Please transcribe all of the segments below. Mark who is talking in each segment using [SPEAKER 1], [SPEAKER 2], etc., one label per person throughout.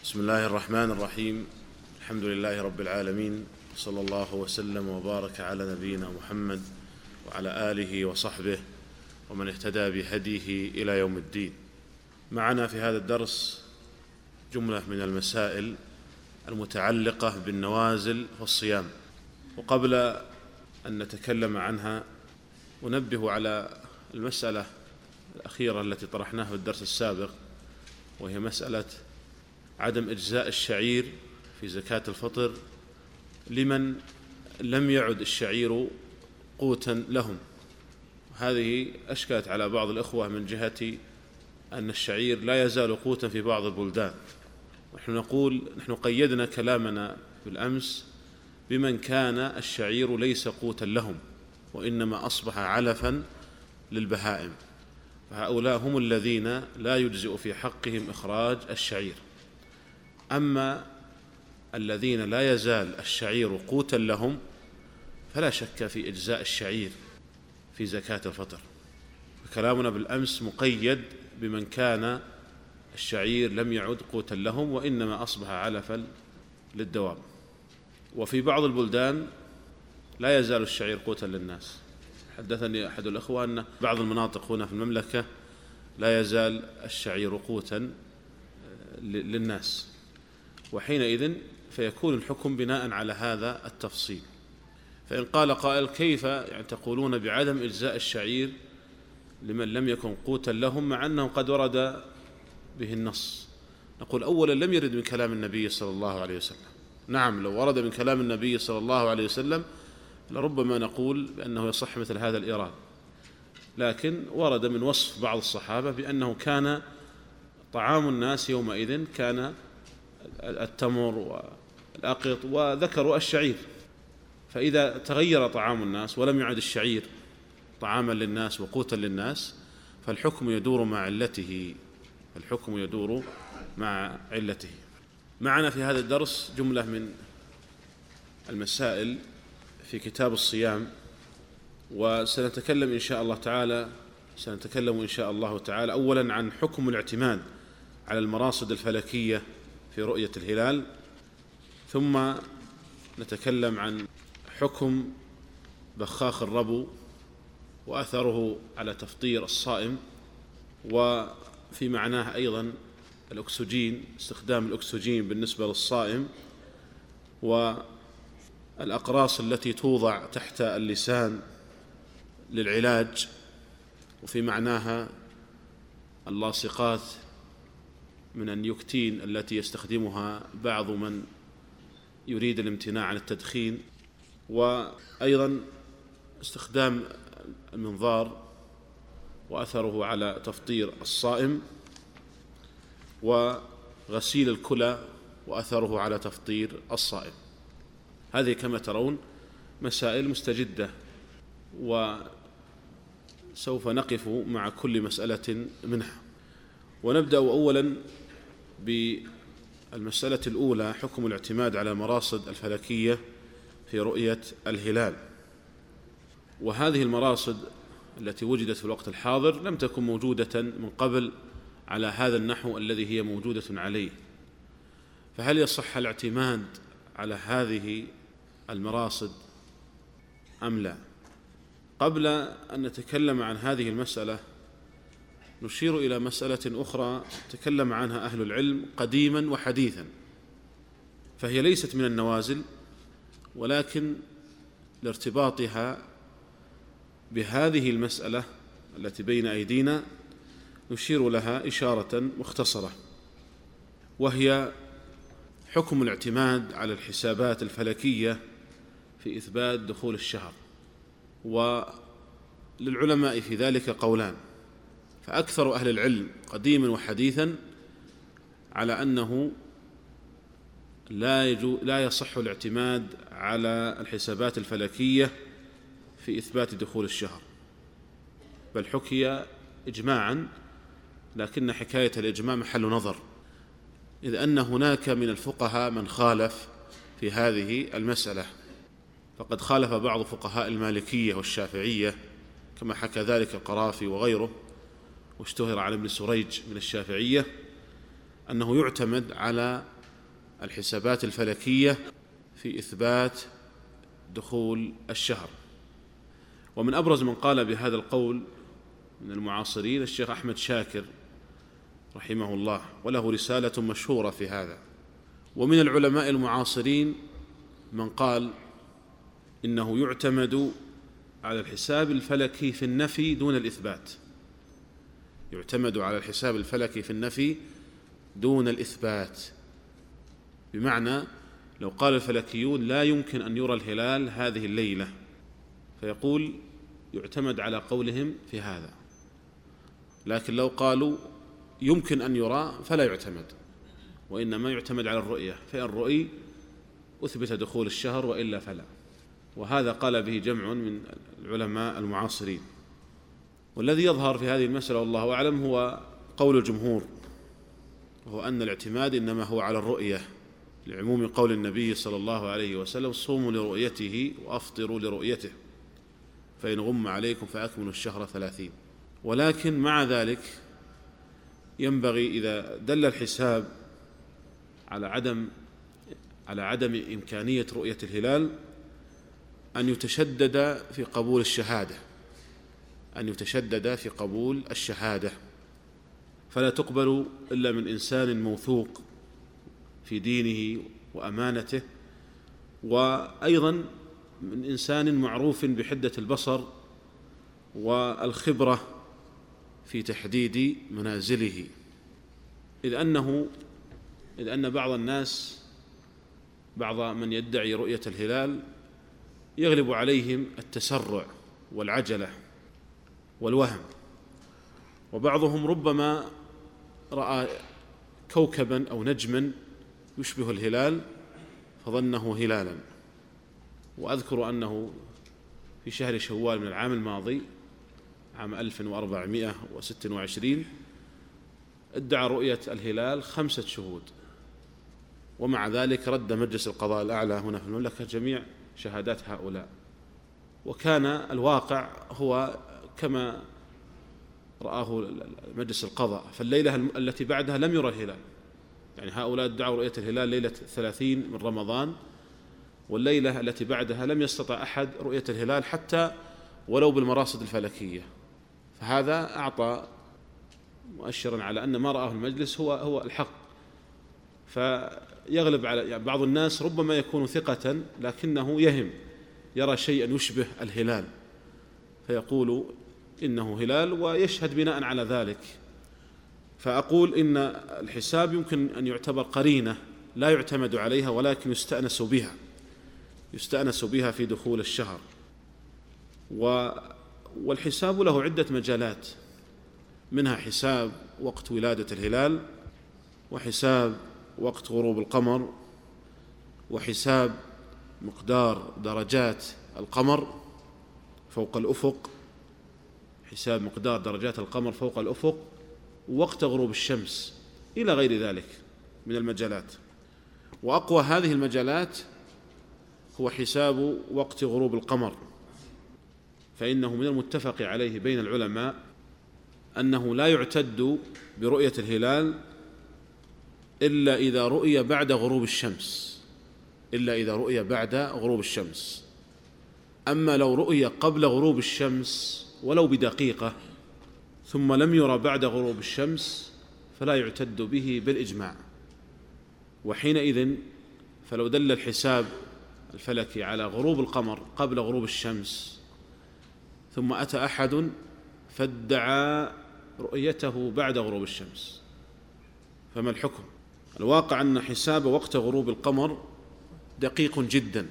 [SPEAKER 1] بسم الله الرحمن الرحيم. الحمد لله رب العالمين، صلى الله وسلم وبارك على نبينا محمد وعلى آله وصحبه ومن اهتدى بهديه إلى يوم الدين. معنا في هذا الدرس جملة من المسائل المتعلقة بالنوازل والصيام، وقبل أن نتكلم عنها أنبه على المسألة الأخيرة التي طرحناها في الدرس السابق، وهي مسألة عدم إجزاء الشعير في زكاة الفطر لمن لم يعد الشعير قوتا لهم. هذه أشكلت على بعض الإخوة من جهة أن الشعير لا يزال قوتا في بعض البلدان. نحن قيدنا كلامنا بالأمس بمن كان الشعير ليس قوتا لهم وإنما أصبح علفا للبهائم، فهؤلاء هم الذين لا يجزئ في حقهم إخراج الشعير. أما الذين لا يزال الشعير قوتا لهم فلا شك في إجزاء الشعير في زكاة الفطر. فكلامنا بالأمس مقيد بمن كان الشعير لم يعد قوتا لهم وإنما أصبح علفا للدواب. وفي بعض البلدان لا يزال الشعير قوتا للناس. حدثني أحد الأخوة أن بعض المناطق هنا في المملكة لا يزال الشعير قوتا للناس، وحينئذ فيكون الحكم بناء على هذا التفصيل. فإن قال قائل: كيف تقولون بعدم إجزاء الشعير لمن لم يكن قوتا لهم مع أنه قد ورد به النص؟ نقول: أولا لم يرد من كلام النبي صلى الله عليه وسلم. نعم، لو ورد من كلام النبي صلى الله عليه وسلم لربما نقول بأنه يصح مثل هذا الإيراد، لكن ورد من وصف بعض الصحابة بأنه كان طعام الناس يومئذ كان التمر والأقط، وذكروا الشعير. فإذا تغير طعام الناس ولم يعد الشعير طعاما للناس وقوتا للناس فالحكم يدور مع علته. معنا في هذا الدرس جملة من المسائل في كتاب الصيام، وسنتكلم إن شاء الله تعالى أولا عن حكم الاعتماد على المراصد الفلكية في رؤية الهلال، ثم نتكلم عن حكم بخاخ الربو وأثره على تفطير الصائم، وفي معناه أيضا الأكسجين، استخدام الأكسجين بالنسبة للصائم، والأقراص التي توضع تحت اللسان للعلاج، وفي معناها اللاصقات من النيكوتين التي يستخدمها بعض من يريد الامتناع عن التدخين، وأيضا استخدام المنظار وأثره على تفطير الصائم، وغسيل الكلى وأثره على تفطير الصائم. هذه كما ترون مسائل مستجدة، وسوف نقف مع كل مسألة منها. ونبدأ أولا بالمسألة الأولى: حكم الاعتماد على المراصد الفلكية في رؤية الهلال. وهذه المراصد التي وجدت في الوقت الحاضر لم تكن موجودة من قبل على هذا النحو الذي هي موجودة عليه، فهل يصح الاعتماد على هذه المراصد أم لا؟ قبل أن نتكلم عن هذه المسألة نشير إلى مسألة أخرى تكلم عنها أهل العلم قديما وحديثا، فهي ليست من النوازل، ولكن لارتباطها بهذه المسألة التي بين أيدينا نشير لها إشارة مختصرة، وهي حكم الاعتماد على الحسابات الفلكية في إثبات دخول الشهر. وللعلماء في ذلك قولان، فأكثر أهل العلم قديما وحديثا على أنه لا يصح الاعتماد على الحسابات الفلكية في إثبات دخول الشهر، بل حكي إجماعا، لكن حكاية الإجماع محل نظر، إذ أن هناك من الفقهاء من خالف في هذه المسألة. فقد خالف بعض فقهاء المالكية والشافعية كما حكى ذلك القرافي وغيره، واشتهر عن ابن سريج من الشافعية أنه يعتمد على الحسابات الفلكية في إثبات دخول الشهر. ومن أبرز من قال بهذا القول من المعاصرين الشيخ أحمد شاكر رحمه الله، وله رسالة مشهورة في هذا. ومن العلماء المعاصرين من قال إنه يعتمد على الحساب الفلكي في النفي دون الإثبات، يعتمد على الحساب الفلكي في النفي دون الإثبات. بمعنى لو قال الفلكيون لا يمكن أن يرى الهلال هذه الليلة، فيقول يعتمد على قولهم في هذا، لكن لو قالوا يمكن أن يرى فلا يعتمد، وإنما يعتمد على الرؤية، فإن رؤي أثبت دخول الشهر وإلا فلا. وهذا قال به جمع من العلماء المعاصرين. والذي يظهر في هذه المسألة والله أعلم هو قول الجمهور، وهو أن الاعتماد إنما هو على الرؤية، لعموم قول النبي صلى الله عليه وسلم: صوموا لرؤيته وأفطروا لرؤيته، فإن غم عليكم فأكملوا الشهر 30. ولكن مع ذلك ينبغي إذا دل الحساب على عدم إمكانية رؤية الهلال أن يتشدد في قبول الشهادة، فلا تقبل إلا من إنسان موثوق في دينه وأمانته، وأيضا من إنسان معروف بحدة البصر والخبرة في تحديد منازله، إذ أن بعض من يدعي رؤية الهلال يغلب عليهم التسرع والعجلة والوهم، وبعضهم ربما رأى كوكبا أو نجما يشبه الهلال فظنه هلالا. وأذكر أنه في شهر شوال من العام الماضي عام 1426 ادعى رؤية الهلال 5 شهود، ومع ذلك رد مجلس القضاء الأعلى هنا في المملكة جميع شهادات هؤلاء، وكان الواقع هو كما رآه مجلس القضاء. فالليلة التي بعدها لم يرى الهلال، يعني هؤلاء ادعوا رؤية الهلال ليلة 30 من رمضان، والليلة التي بعدها لم يستطع أحد رؤية الهلال حتى ولو بالمراصد الفلكية. فهذا أعطى مؤشرا على أن ما رآه المجلس هو الحق. فيغلب على بعض الناس ربما يكون ثقة لكنه يرى شيئا يشبه الهلال فيقول إنه هلال ويشهد بناء على ذلك. فأقول إن الحساب يمكن أن يعتبر قرينة لا يعتمد عليها، ولكن يستأنس بها في دخول الشهر. والحساب له عدة مجالات، منها حساب وقت ولادة الهلال، وحساب وقت غروب القمر، وحساب مقدار درجات القمر فوق الأفق، حساب مقدار درجات القمر فوق الأفق، ووقت غروب الشمس، إلى غير ذلك من المجالات. وأقوى هذه المجالات هو حساب وقت غروب القمر، فإنه من المتفق عليه بين العلماء أنه لا يعتد برؤية الهلال إلا إذا رؤي بعد غروب الشمس، أما لو رؤي قبل غروب الشمس ولو بدقيقة ثم لم يرى بعد غروب الشمس فلا يعتد به بالإجماع. وحينئذ فلو دل الحساب الفلكي على غروب القمر قبل غروب الشمس ثم أتى أحد فادعى رؤيته بعد غروب الشمس، فما الحكم؟ الواقع أن حساب وقت غروب القمر دقيق جدا،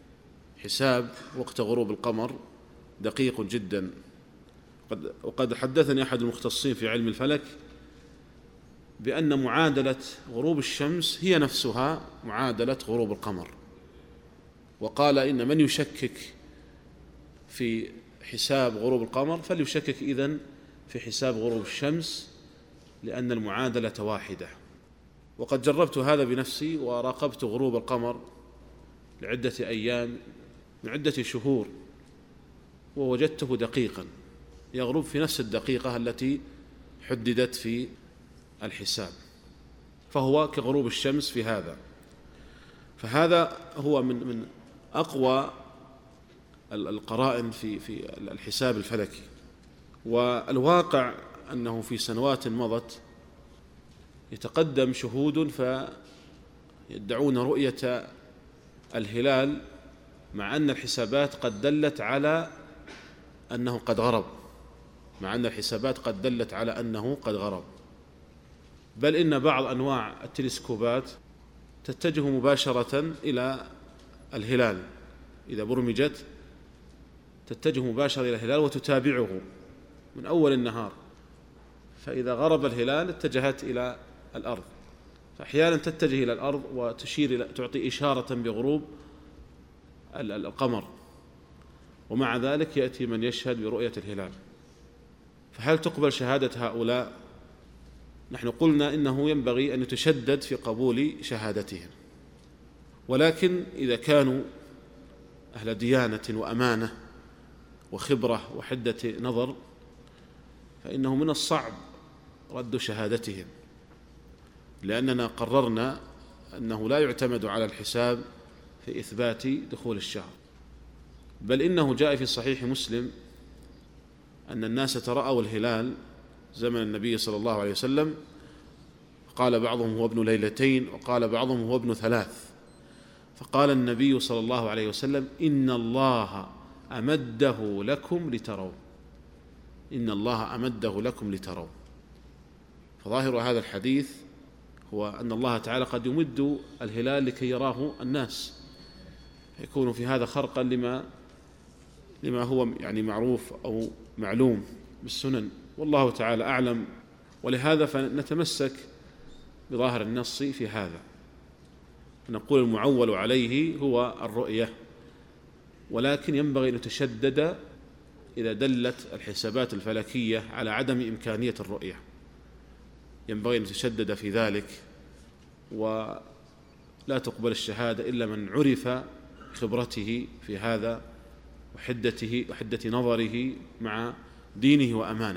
[SPEAKER 1] وقد حدثني أحد المختصين في علم الفلك بأن معادلة غروب الشمس هي نفسها معادلة غروب القمر، وقال إن من يشكك في حساب غروب القمر فليشكك إذن في حساب غروب الشمس، لأن المعادلة واحدة. وقد جربت هذا بنفسي، وراقبت غروب القمر لعدة أيام من عدة شهور، ووجدته دقيقا يغرب في نفس الدقيقة التي حددت في الحساب، فهو كغروب الشمس في هذا. فهذا هو من أقوى القرائن في الحساب الفلكي. والواقع أنه في سنوات مضت يتقدم شهود فيدعون رؤية الهلال مع أن الحسابات قد دلت على أنه قد غرب، بل إن بعض أنواع التلسكوبات تتجه مباشرة إلى الهلال، إذا برمجت تتجه مباشرة إلى الهلال وتتابعه من أول النهار، فإذا غرب الهلال اتجهت إلى الأرض، فأحيانا تتجه إلى الأرض وتشير تعطي إشارة بغروب القمر، ومع ذلك يأتي من يشهد برؤية الهلال. فهل تقبل شهادة هؤلاء؟ نحن قلنا إنه ينبغي أن يتشدد في قبول شهادتهم، ولكن إذا كانوا أهل ديانة وأمانة وخبرة وحدة نظر فإنه من الصعب رد شهادتهم، لأننا قررنا أنه لا يعتمد على الحساب في إثبات دخول الشهر، بل إنه جاء في صحيح مسلم أن الناس ترأوا الهلال زمن النبي صلى الله عليه وسلم، قال بعضهم هو ابن ليلتين وقال بعضهم هو ابن 3، فقال النبي صلى الله عليه وسلم إن الله أمده لكم لتروا. فظاهر هذا الحديث هو أن الله تعالى قد يمد الهلال لكي يراه الناس، يكون في هذا خرقا لما هو يعني معروف أو معلوم بالسنن، والله تعالى أعلم. ولهذا فنتمسك بظاهر النص في هذا، نقول المعول عليه هو الرؤية، ولكن ينبغي أن نتشدد إذا دلت الحسابات الفلكية على عدم إمكانية الرؤية، ينبغي أن نتشدد في ذلك، ولا تقبل الشهادة إلا من عرف خبرته في هذا وحدة نظره مع دينه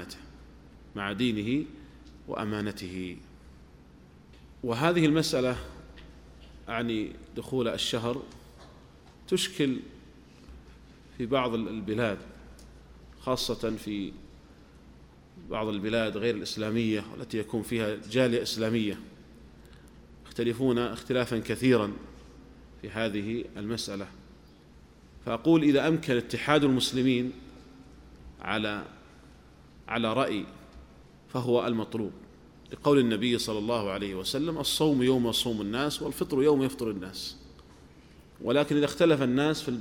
[SPEAKER 1] وأمانته. وهذه المسألة أعني دخول الشهر تشكل في بعض البلاد، خاصة في بعض البلاد غير الإسلامية والتي يكون فيها جالية إسلامية، يختلفون اختلافا كثيرا في هذه المسألة. فأقول إذا أمكن اتحاد المسلمين على رأي فهو المطلوب، لقول النبي صلى الله عليه وسلم الصوم يوم يصوم الناس والفطر يوم يفطر الناس. ولكن إذا اختلف الناس في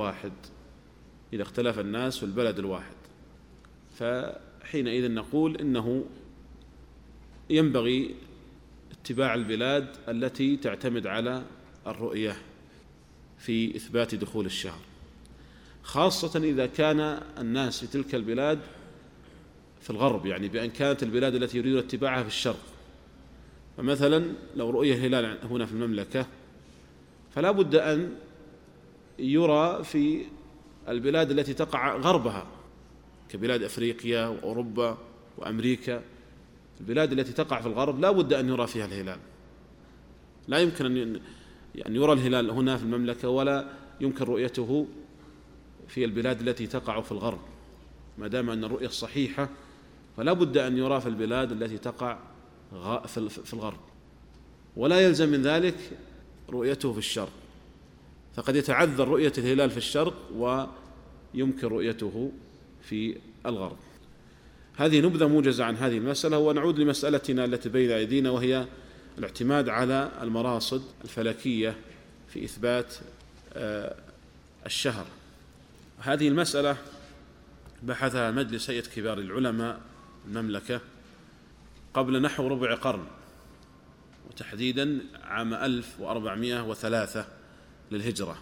[SPEAKER 1] البلد الواحد فحينئذ نقول إنه ينبغي اتباع البلاد التي تعتمد على الرؤية في إثبات دخول الشهر، خاصة إذا كان الناس في تلك البلاد في الغرب، يعني بأن كانت البلاد التي يريد اتباعها في الشرق. فمثلا لو رؤية الهلال هنا في المملكة فلا بد أن يرى في البلاد التي تقع غربها كبلاد أفريقيا وأوروبا وأمريكا. البلاد التي تقع في الغرب لا بد أن يرى فيها الهلال، لا يمكن أن يرى الهلال هنا في المملكة ولا يمكن رؤيته في البلاد التي تقع في الغرب، ما دام أن الرؤية الصحيحة فلا بد أن يرى في البلاد التي تقع في الغرب، ولا يلزم من ذلك رؤيته في الشرق، فقد يتعذر رؤية الهلال في الشرق ويمكن رؤيته في الغرب. هذه نبذة موجزة عن هذه المسألة، ونعود لمسألتنا التي بين أيدينا، وهي الاعتماد على المراصد الفلكية في إثبات الشهر. هذه المسألة بحثها مجلس هيئة كبار العلماء المملكة قبل نحو ربع قرن، وتحديدا عام 1403 للهجرة،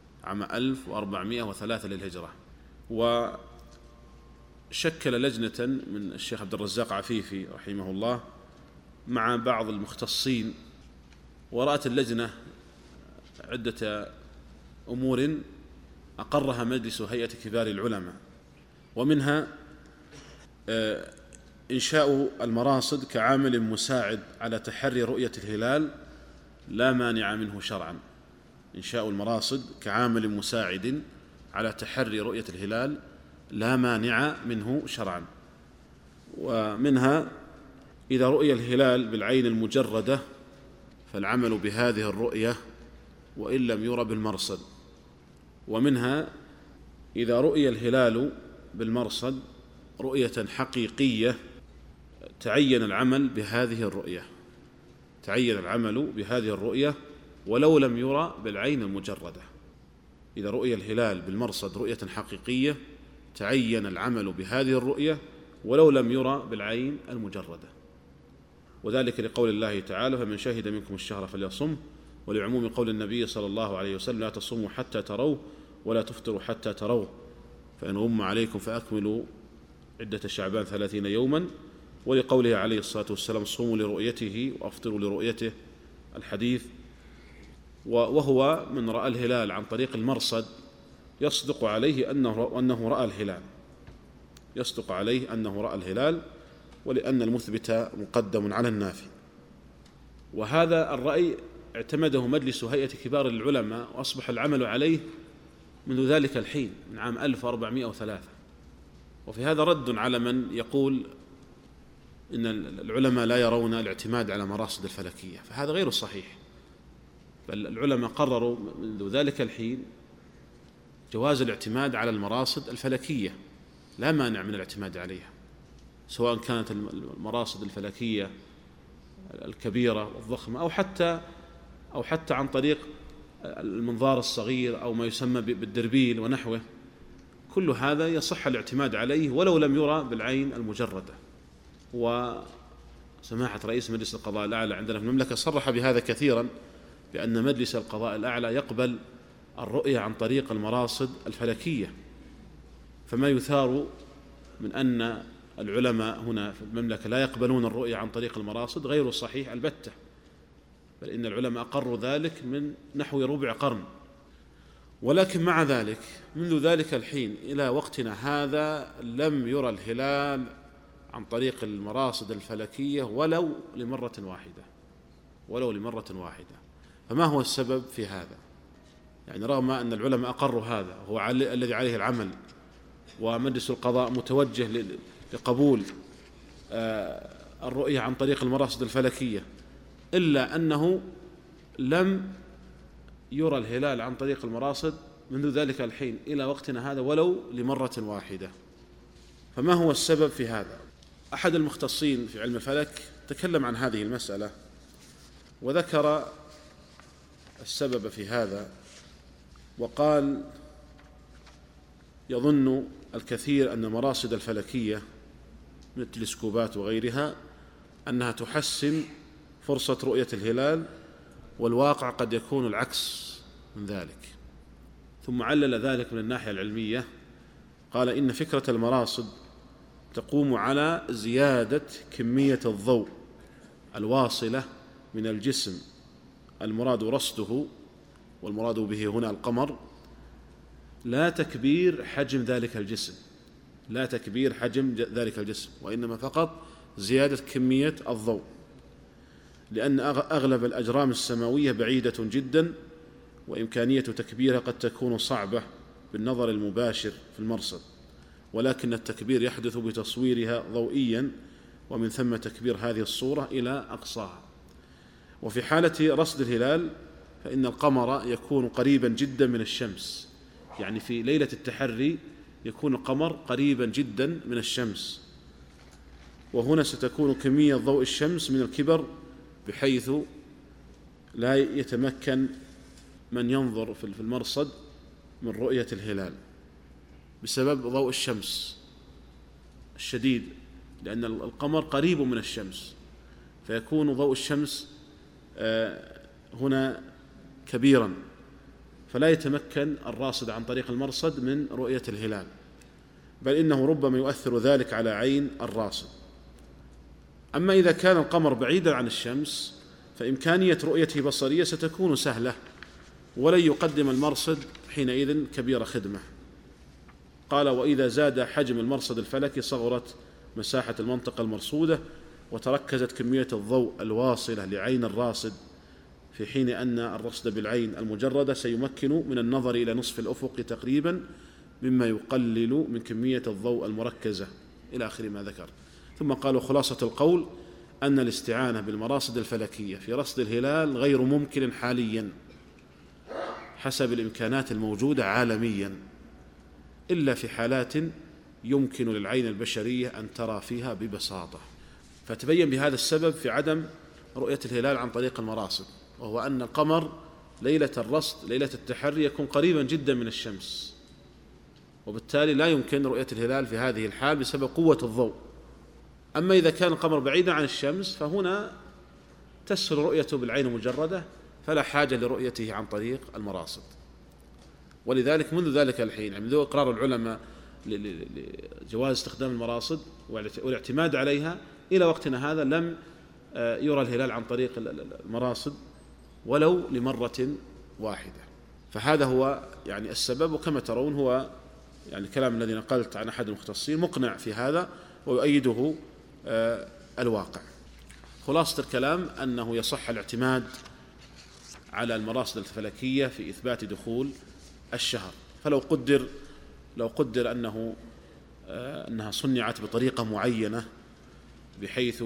[SPEAKER 1] وشكل لجنة من الشيخ عبد الرزاق عفيفي رحمه الله مع بعض المختصين، ورأت اللجنة عدة أمور أقرها مجلس هيئة كبار العلماء، ومنها إنشاء المراصد كعامل مساعد على تحري رؤية الهلال لا مانع منه شرعا، إنشاء المراصد كعامل مساعد على تحري رؤية الهلال لا مانع منه شرعا. ومنها إذا رؤي الهلال بالعين المجردة فالعمل بهذه الرؤية وإن لم يرى بالمرصد. ومنها إذا رؤي الهلال بالمرصد رؤية حقيقية تعين العمل بهذه الرؤية ولو لم يرى بالعين المجردة. إذا رؤي الهلال بالمرصد رؤية حقيقية تعين العمل بهذه الرؤية ولو لم يرى بالعين المجردة، وذلك لقول الله تعالى: فمن شهد منكم الشهر فليصم، ولعموم قول النبي صلى الله عليه وسلم: لا تصوموا حتى تروه ولا تفطروا حتى تروه، فإن غم عليكم فأكملوا عدة شعبان 30 يوما، ولقوله عليه الصلاة والسلام: صوموا لرؤيته وأفطروا لرؤيته، الحديث. وهو من رأى الهلال عن طريق المرصد يصدق عليه أنه رأى الهلال، ولأن المثبت مقدم على النافي. وهذا الرأي اعتمده مجلس هيئة كبار العلماء، وأصبح العمل عليه منذ ذلك الحين من عام 1403. وفي هذا رد على من يقول إن العلماء لا يرون الاعتماد على مراصد الفلكية، فهذا غير صحيح. بل العلماء قرروا منذ ذلك الحين جواز الاعتماد على المراصد الفلكية، لا مانع من الاعتماد عليها، سواء كانت المراصد الفلكية الكبيرة والضخمة أو حتى عن طريق المنظار الصغير أو ما يسمى بالدربيل ونحوه. كل هذا يصح الاعتماد عليه ولو لم يرى بالعين المجردة. وسماحة رئيس مجلس القضاء الأعلى عندنا في المملكة صرح بهذا كثيرا، بأن مجلس القضاء الأعلى يقبل الرؤية عن طريق المراصد الفلكية. فما يثار من أن العلماء هنا في المملكة لا يقبلون الرؤية عن طريق المراصد غير صحيح البتة، بل إن العلماء أقروا ذلك من نحو ربع قرن. ولكن مع ذلك منذ ذلك الحين إلى وقتنا هذا لم يرى الهلال عن طريق المراصد الفلكية ولو لمرة واحدة. فما هو السبب في هذا؟ يعني رغم أن العلماء أقروا هذا وهو الذي عليه العمل، ومجلس القضاء متوجه لقبول الرؤية عن طريق المراصد الفلكية، إلا أنه لم يرى الهلال عن طريق المراصد منذ ذلك الحين إلى وقتنا هذا ولو لمرة واحدة. فما هو السبب في هذا؟ أحد المختصين في علم الفلك تكلم عن هذه المسألة وذكر السبب في هذا، وقال: يظن الكثير أن المراصد الفلكية من التلسكوبات وغيرها أنها تحسن فرصة رؤية الهلال، والواقع قد يكون العكس من ذلك. ثم علل ذلك من الناحية العلمية، قال: إن فكرة المراصد تقوم على زيادة كمية الضوء الواصلة من الجسم المراد رصده، والمراد به هنا القمر، لا تكبير حجم ذلك الجسم، وإنما فقط زيادة كمية الضوء، لأن أغلب الأجرام السماوية بعيدة جدا، وإمكانية تكبيرها قد تكون صعبة بالنظر المباشر في المرصد، ولكن التكبير يحدث بتصويرها ضوئيا، ومن ثم تكبير هذه الصورة إلى أقصاها. وفي حالة رصد الهلال فإن القمر يكون قريبا جدا من الشمس، يعني في ليلة التحري يكون القمر قريبا جدا من الشمس، وهنا ستكون كمية ضوء الشمس من الكبر بحيث لا يتمكن من ينظر في المرصد من رؤية الهلال بسبب ضوء الشمس الشديد، لأن القمر قريب من الشمس، فيكون ضوء الشمس هنا كبيرا، فلا يتمكن الراصد عن طريق المرصد من رؤية الهلال، بل إنه ربما يؤثر ذلك على عين الراصد. أما إذا كان القمر بعيدا عن الشمس فإمكانية رؤيته بصرية ستكون سهلة، ولن يقدم المرصد حينئذ كبير خدمة. قال: وإذا زاد حجم المرصد الفلكي صغرت مساحة المنطقة المرصودة، وتركزت كمية الضوء الواصلة لعين الراصد في حين أن الرصد بالعين المجردة سيمكن من النظر إلى نصف الأفق تقريبا، مما يقلل من كمية الضوء المركزة إلى آخر ما ذكر. ثم قالوا خلاصة القول أن الاستعانة بالمراصد الفلكية في رصد الهلال غير ممكن حاليا حسب الإمكانات الموجودة عالميا، إلا في حالات يمكن للعين البشرية أن ترى فيها ببساطة. فتبين بهذا السبب في عدم رؤية الهلال عن طريق المراصد، وهو أن القمر ليلة الرصد ليلة التحري يكون قريبا جدا من الشمس، وبالتالي لا يمكن رؤية الهلال في هذه الحال بسبب قوة الضوء. أما إذا كان القمر بعيدا عن الشمس فهنا تسهل رؤيته بالعين المجردة، فلا حاجة لرؤيته عن طريق المراصد. ولذلك منذ ذلك الحين، منذ إقرار العلماء لجواز استخدام المراصد والاعتماد عليها إلى وقتنا هذا لم يرى الهلال عن طريق المراصد ولو لمرة واحدة. فهذا هو يعني السبب، وكما ترون هو يعني الكلام الذي نقلت عن أحد المختصين مقنع في هذا ويؤيده الواقع. خلاصة الكلام أنه يصح الاعتماد على المراصد الفلكية في إثبات دخول الشهر. فلو قدر أنها صنعت بطريقة معينة بحيث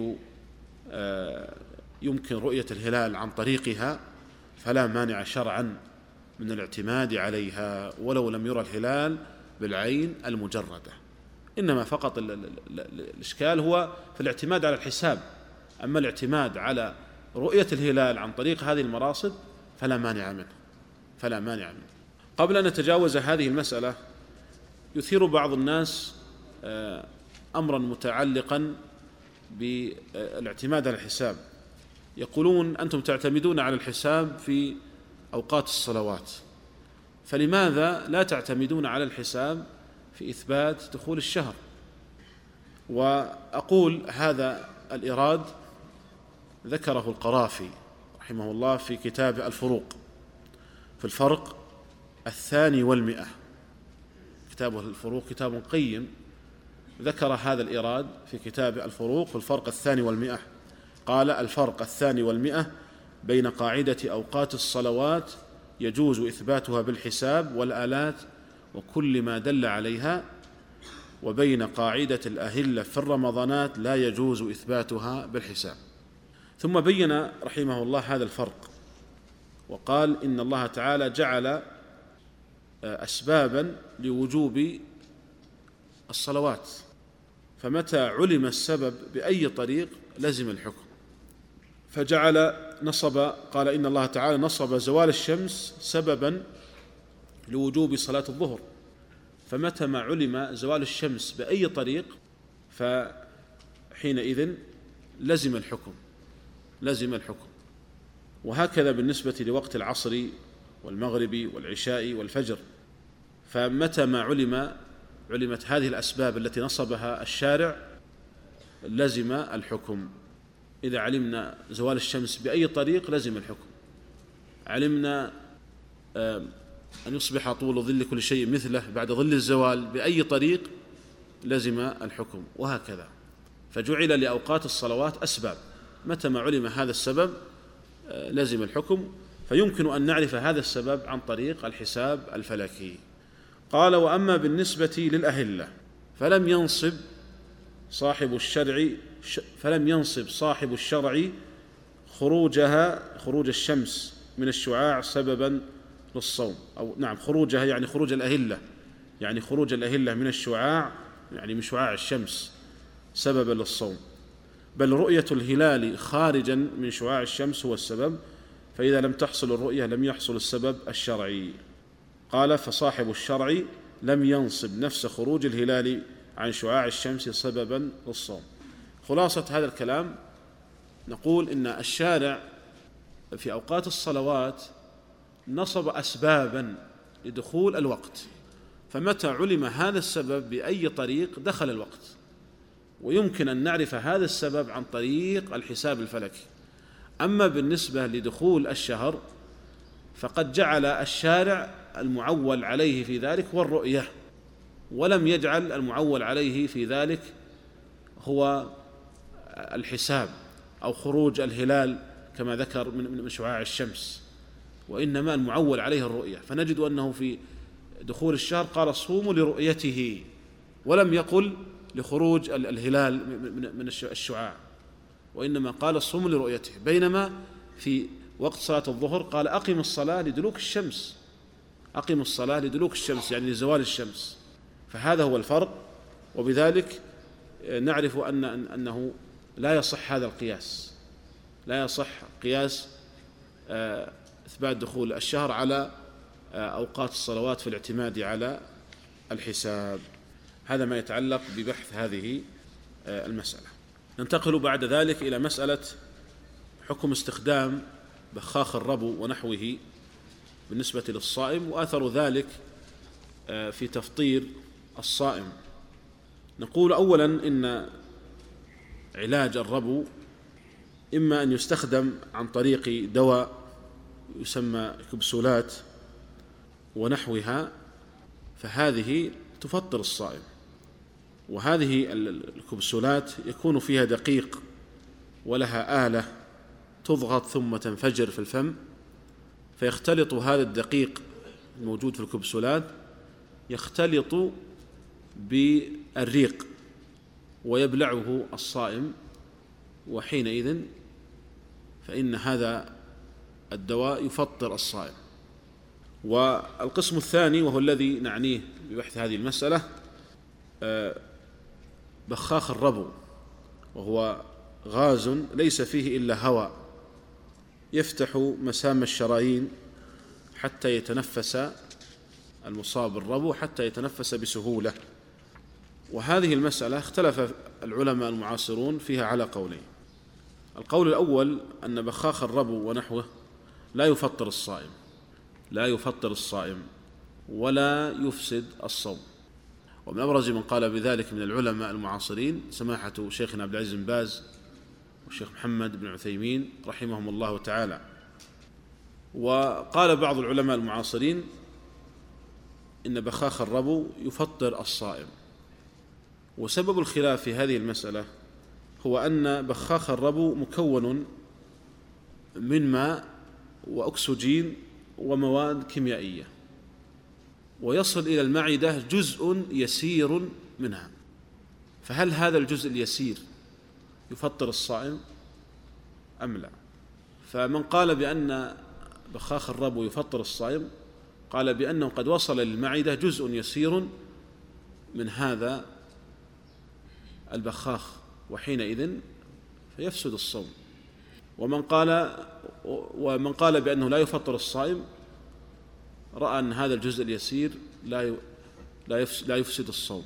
[SPEAKER 1] يمكن رؤية الهلال عن طريقها، فلا مانع شرعا من الاعتماد عليها ولو لم يرى الهلال بالعين المجردة. إنما فقط الإشكال هو في الاعتماد على الحساب. أما الاعتماد على رؤية الهلال عن طريق هذه المراصد فلا مانع منه. قبل أن نتجاوز هذه المسألة، يثير بعض الناس أمرا متعلقا بالاعتماد على الحساب. يقولون أنتم تعتمدون على الحساب في أوقات الصلوات، فلماذا لا تعتمدون على الحساب في إثبات دخول الشهر؟ وأقول هذا الإيراد ذكره القرافي رحمه الله في كتاب الفروق، في الفرق 200. كتابه الفروق كتاب قيم، ذكر هذا الإيراد في كتاب الفروق في الفرق 200. قال: الفرق 200 بين قاعدة أوقات الصلوات يجوز إثباتها بالحساب والآلات وكل ما دل عليها، وبين قاعدة الأهلة في الرمضانات لا يجوز إثباتها بالحساب. ثم بين رحمه الله هذا الفرق، وقال: إن الله تعالى جعل أسبابا لوجوب الصلوات، فمتى علم السبب بأي طريق لزم الحكم. قال: إن الله تعالى نصب زوال الشمس سببا لوجوب صلاة الظهر، فمتى ما علم زوال الشمس بأي طريق فحينئذ لزم الحكم. وهكذا بالنسبة لوقت العصر والمغرب والعشاء والفجر، فمتى ما علمت هذه الأسباب التي نصبها الشارع لزم الحكم. إذا علمنا زوال الشمس بأي طريق لزم الحكم، علمنا أن يصبح طول ظل كل شيء مثله بعد ظل الزوال بأي طريق لزم الحكم، وهكذا. فجعل لأوقات الصلوات أسباب، متى ما علم هذا السبب لزم الحكم، فيمكن أن نعرف هذا السبب عن طريق الحساب الفلكي. قال: وأما بالنسبة للأهلة فلم ينصب صاحب الشرع خروج الشمس من الشعاع سببا للصوم، أو نعم خروجها يعني خروج الأهلة من الشعاع يعني من شعاع الشمس سببا للصوم، بل رؤية الهلال خارجا من شعاع الشمس هو السبب، فإذا لم تحصل الرؤية لم يحصل السبب الشرعي. قال: فصاحب الشرع لم ينصب نفس خروج الهلال عن شعاع الشمس سببا للصوم. خلاصة هذا الكلام نقول إن الشارع في أوقات الصلوات نصب أسبابا لدخول الوقت، فمتى علم هذا السبب بأي طريق دخل الوقت، ويمكن أن نعرف هذا السبب عن طريق الحساب الفلكي. أما بالنسبة لدخول الشهر فقد جعل الشارع المعول عليه في ذلك هو الرؤية، ولم يجعل المعول عليه في ذلك هو الحساب أو خروج الهلال كما ذكر من شعاع الشمس، وإنما المعول عليه الرؤية. فنجد أنه في دخول الشهر قال صوموا لرؤيته، ولم يقل لخروج الهلال من الشعاع، وإنما قال صوموا لرؤيته. بينما في وقت صلاة الظهر قال أقم الصلاة لدلوك الشمس، أقم الصلاة لدلوك الشمس يعني لزوال الشمس. فهذا هو الفرق. وبذلك نعرف أنه لا يصح هذا القياس، لا يصح قياس إثبات دخول الشهر على أوقات الصلوات في الاعتماد على الحساب. هذا ما يتعلق ببحث هذه المسألة. ننتقل بعد ذلك إلى مسألة حكم استخدام بخاخ الربو ونحوه بالنسبة للصائم، وأثر ذلك في تفطير الصائم. نقول أولا إن علاج الربو إما أن يستخدم عن طريق دواء يسمى كبسولات ونحوها، فهذه تفطر الصائم. وهذه الكبسولات يكون فيها دقيق ولها آلة تضغط ثم تنفجر في الفم، فيختلط هذا الدقيق الموجود في الكبسولات يختلط بالريق ويبلعه الصائم، وحينئذ فإن هذا الدواء يفطر الصائم. والقسم الثاني وهو الذي نعنيه ببحث هذه المسألة بخاخ الربو، وهو غاز ليس فيه إلا هواء يفتح مسام الشرايين حتى يتنفس المصاب بالربو حتى يتنفس بسهولة. وهذه المسألة اختلف العلماء المعاصرون فيها على قولين. القول الأول أن بخاخ الربو ونحوه لا يفطر الصائم، لا يفطر الصائم ولا يفسد الصوم. ومن أبرز من قال بذلك من العلماء المعاصرين سماحة شيخنا عبد العزيز بن باز والشيخ محمد بن عثيمين رحمهم الله تعالى. وقال بعض العلماء المعاصرين إن بخاخ الربو يفطر الصائم. وسبب الخلاف في هذه المسألة هو أن بخاخ الربو مكون من ماء وأكسجين ومواد كيميائية، ويصل إلى المعدة جزء يسير منها، فهل هذا الجزء اليسير يفطر الصائم أم لا؟ فمن قال بأن بخاخ الربو يفطر الصائم قال بأنه قد وصل للمعدة جزء يسير من هذا البخاخ، وحينئذ فيفسد الصوم. ومن قال بأنه لا يفطر الصائم رأى أن هذا الجزء اليسير لا يفسد الصوم.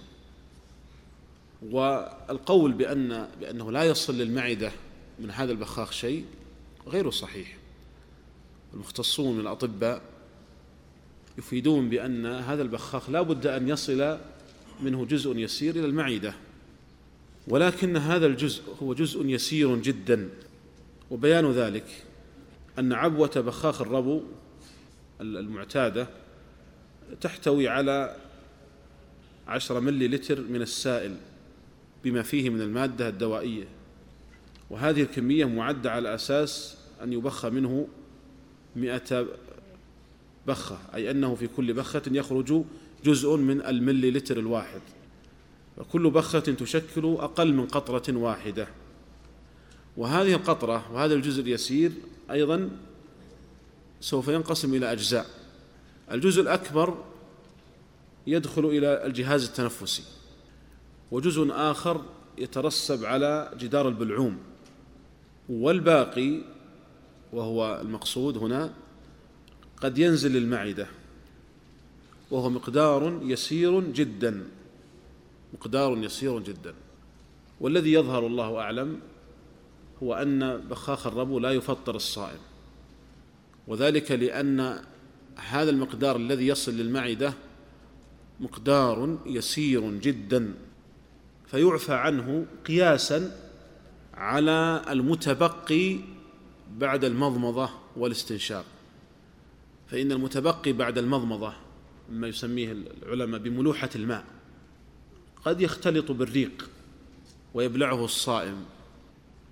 [SPEAKER 1] والقول بأنه لا يصل للمعدة من هذا البخاخ شيء غير صحيح. المختصون من الأطباء يفيدون بأن هذا البخاخ لا بد أن يصل منه جزء يسير إلى المعدة، ولكن هذا الجزء هو جزء يسير جدا. وبيان ذلك أن عبوة بخاخ الربو المعتادة تحتوي على 10 مليلتر من السائل بما فيه من المادة الدوائية، وهذه الكمية معدة على أساس أن يبخ منه 100 بخة، أي أنه في كل بخة يخرج جزء من المليلتر الواحد، وكل بخة تشكل أقل من قطرة واحدة. وهذه القطرة وهذا الجزء اليسير أيضا سوف ينقسم إلى أجزاء. الجزء الأكبر يدخل إلى الجهاز التنفسي، وجزء آخر يترسب على جدار البلعوم، والباقي وهو المقصود هنا قد ينزل للمعدة، وهو مقدار يسير جدا، مقدار يسير جدا. والذي يظهر الله أعلم هو أن بخاخ الربو لا يفطر الصائم، وذلك لأن هذا المقدار الذي يصل للمعدة مقدار يسير جدا، فيعفى عنه قياسا على المتبقي بعد المضمضة والاستنشاق. فإن المتبقي بعد المضمضة مما يسميه العلماء بملوحة الماء قد يختلط بالريق ويبلعه الصائم،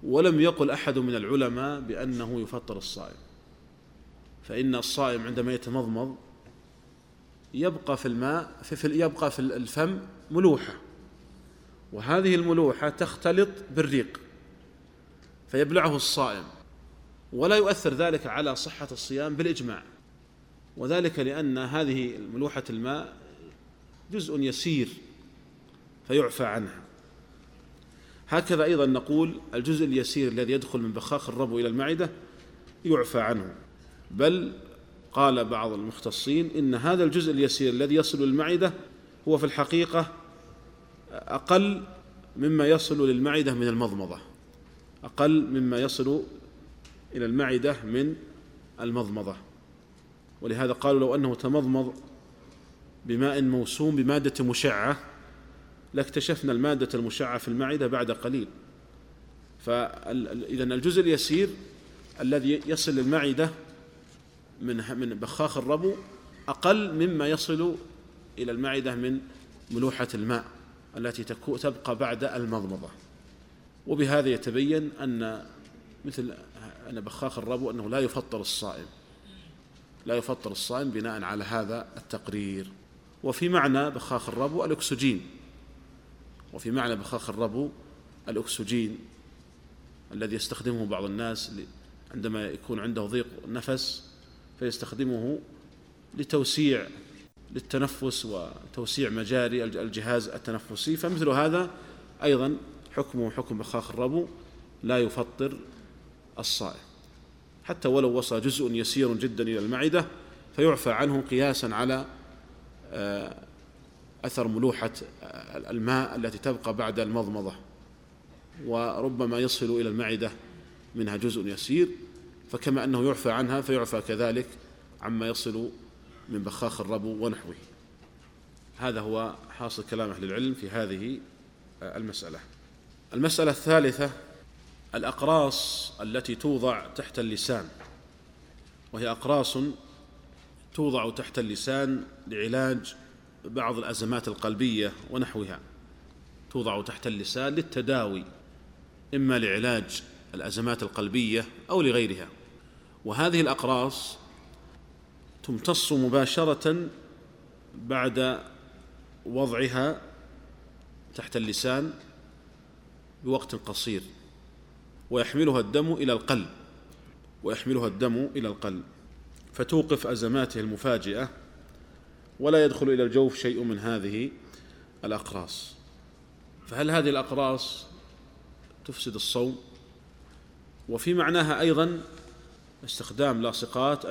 [SPEAKER 1] ولم يقل أحد من العلماء بأنه يفطر الصائم، فإن الصائم عندما يتمضمض يبقى في الماء يبقى في الفم ملوحة، وهذه الملوحة تختلط بالريق فيبلعه الصائم، ولا يؤثر ذلك على صحة الصيام بالإجماع، وذلك لأن هذه ملوحة الماء جزء يسير فيعفى عنها. هكذا أيضا نقول الجزء اليسير الذي يدخل من بخاخ الربو إلى المعدة يعفى عنه، بل قال بعض المختصين إن هذا الجزء اليسير الذي يصل للمعدة هو في الحقيقة أقل مما يصل للمعدة من المضمضة، أقل مما يصل إلى المعدة من المضمضة. ولهذا قالوا لو أنه تمضمض بماء موسوم بمادة مشعة لاكتشفنا المادة المشعة في المعدة بعد قليل. فإذن الجزء اليسير الذي يصل للمعدة من بخاخ الربو أقل مما يصل إلى المعدة من ملوحة الماء التي تبقى بعد المضمضة. وبهذا يتبين أن بخاخ الربو أنه لا يفطر الصائم بناء على هذا التقرير. وفي معنى بخاخ الربو الأكسجين الذي يستخدمه بعض الناس عندما يكون عنده ضيق نفس فيستخدمه للتنفس وتوسيع مجاري الجهاز التنفسي، فمثل هذا أيضا حكمه حكم بخاخ الربو لا يفطر الصائم، حتى ولو وصل جزء يسير جدا إلى المعدة فيعفى عنه قياسا على أثر ملوحة الماء التي تبقى بعد المضمضة، وربما يصل إلى المعدة منها جزء يسير، فكما أنه يعفى عنها فيعفى كذلك عما يصل من بخاخ الربو ونحوه. هذا هو حاصل كلام أهل العلم في هذه المسألة. المسألة الثالثة الأقراص التي توضع تحت اللسان، وهي أقراص توضع تحت اللسان لعلاج بعض الأزمات القلبية ونحوها، توضع تحت اللسان للتداوي إما لعلاج الأزمات القلبية أو لغيرها. وهذه الأقراص تمتص مباشرة بعد وضعها تحت اللسان بوقت قصير، ويحملها الدم إلى القلب فتوقف أزماته المفاجئة، ولا يدخل إلى الجوف شيء من هذه الأقراص. فهل هذه الأقراص تفسد الصوم؟ وفي معناها أيضا استخدام لاصقات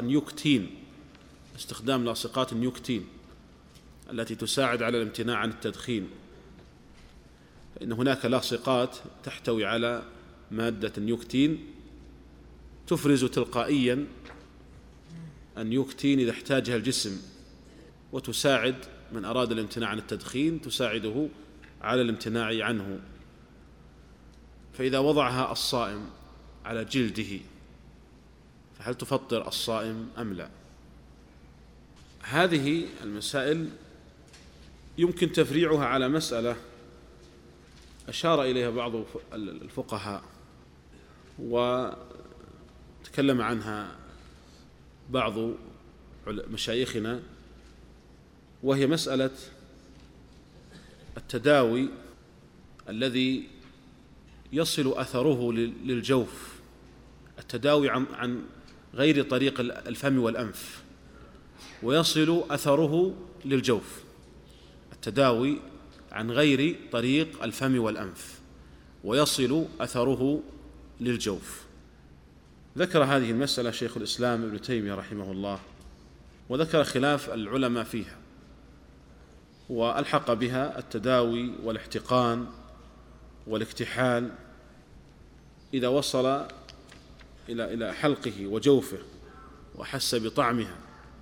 [SPEAKER 1] النيوكتين التي تساعد على الامتناع عن التدخين، فإن هناك لاصقات تحتوي على مادة النيوكتين تفرز تلقائيا النيوكتين إذا احتاجها الجسم، وتساعد من أراد الامتناع عن التدخين تساعده على الامتناع عنه. فإذا وضعها الصائم على جلده فهل تفطر الصائم أم لا؟ هذه المسائل يمكن تفريعها على مسألة أشار إليها بعض الفقهاء وتكلم عنها بعض مشايخنا، وهي مسألة التداوي الذي يصل أثره للجوف، التداوي عن غير طريق الفم والأنف ويصل أثره للجوف، التداوي عن غير طريق الفم والأنف ويصل أثره للجوف. ذكر هذه المسألة شيخ الإسلام ابن تيمية رحمه الله، وذكر خلاف العلماء فيها، وألحق بها التداوي والاحتقان والاكتحال إذا وصل إلى حلقه وجوفه وحس بطعمها.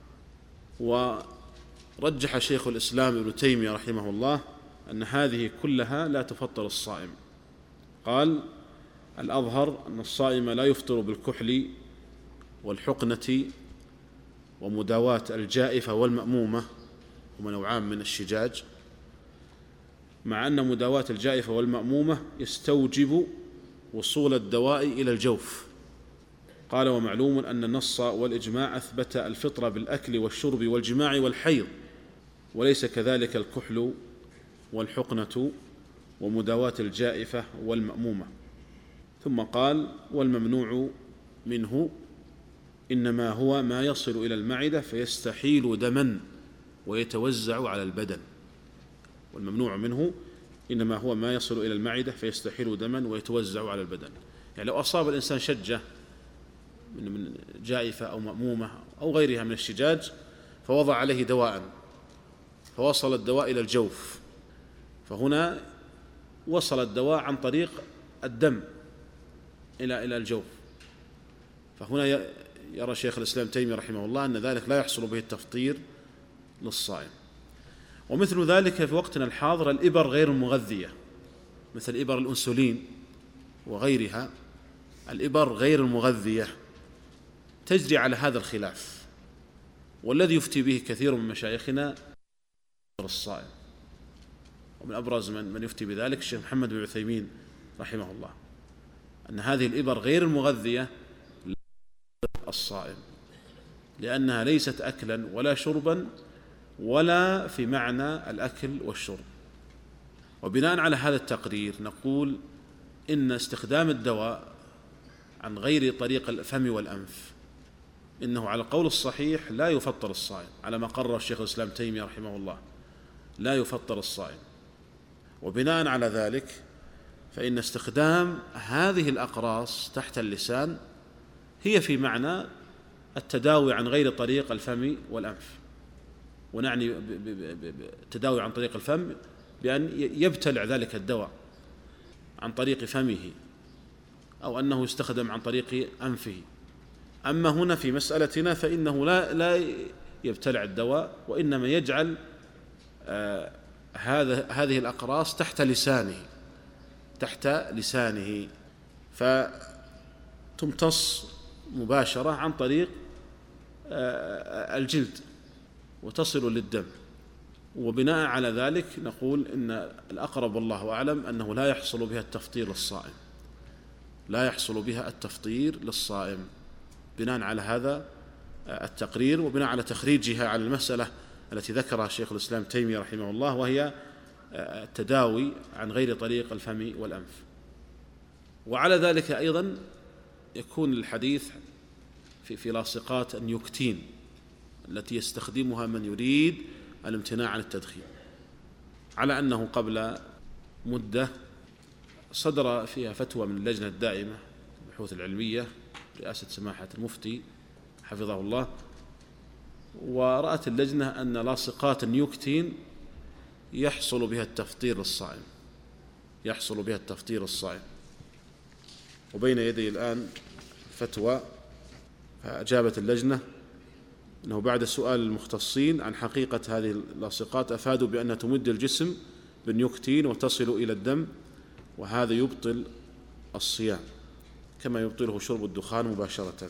[SPEAKER 1] ورجح شيخ الإسلام ابن تيمية رحمه الله أن هذه كلها لا تفطر الصائم. قال: الأظهر أن الصائم لا يفطر بالكحل والحقنة ومداواة الجائفة والمأمومة، هما نوعان من الشجاج، مع أن مداواة الجائفة والمأمومة يستوجب وصول الدواء إلى الجوف. قال: ومعلوم أن النص والإجماع أثبت الفطر بالأكل والشرب والجماع والحيض، وليس كذلك الكحل والحقنة ومداواة الجائفة والمأمومة. ثم قال: والممنوع منه إنما هو ما يصل إلى المعدة فيستحيل دما ويتوزع على البدن. والممنوع منه إنما هو ما يصل إلى المعدة فيستحيل دما ويتوزع على البدن. يعني لو أصاب الإنسان شجة من جائفة أو مأمومة أو غيرها من الشجاج فوضع عليه دواء فوصل الدواء إلى الجوف، فهنا وصل الدواء عن طريق الدم إلى الجوف، فهنا يرى شيخ الإسلام تيمية رحمه الله أن ذلك لا يحصل به التفطير للصائم. ومثل ذلك في وقتنا الحاضر الإبر غير المغذية، مثل إبر الأنسولين وغيرها، الإبر غير المغذية تجري على هذا الخلاف، والذي يفتي به كثير من مشايخنا الصائم. ومن أبرز من يفتي بذلك الشيخ محمد بن عثيمين رحمه الله، أن هذه الإبر غير المغذية الصائم، لأنها ليست أكلا ولا شربا ولا في معنى الأكل والشرب. وبناء على هذا التقرير نقول إن استخدام الدواء عن غير طريق الفم والأنف إنه على القول الصحيح لا يفطر الصائم، على ما قرر الشيخ الإسلام تيمية رحمه الله، لا يفطر الصائم. وبناء على ذلك فإن استخدام هذه الأقراص تحت اللسان هي في معنى التداوي عن غير طريق الفم والأنف. ونعني بالتداوي عن طريق الفم بأن يبتلع ذلك الدواء عن طريق فمه أو أنه يستخدم عن طريق أنفه. أما هنا في مسألتنا فإنه لا يبتلع الدواء، وإنما يجعل هذه الأقراص تحت لسانه فتمتص مباشرة عن طريق الجلد وتصل للدم. وبناء على ذلك نقول إن الأقرب والله أعلم أنه لا يحصل بها التفطير للصائم، لا يحصل بها التفطير للصائم بناء على هذا التقرير، وبناء على تخريجها على المسألة التي ذكرها الشيخ الإسلام تيمية رحمه الله، وهي التداوي عن غير طريق الفم والأنف. وعلى ذلك أيضا يكون الحديث في لاصقات النيوكتين التي يستخدمها من يريد الامتناع عن التدخين، على أنه قبل مدة صدر فيها فتوى من اللجنة الدائمة للبحوث العلمية رئاسة سماحة المفتي حفظه الله، ورأت اللجنة أن لاصقات النيوكتين يحصل بها التفطير الصائم، وبين يدي الآن فتوى. فأجابت اللجنة أنه بعد سؤال المختصين عن حقيقة هذه اللاصقات أفادوا بأنها تمد الجسم بالنيوكتين وتصل إلى الدم، وهذا يبطل الصيام كما يبطله شرب الدخان مباشرة.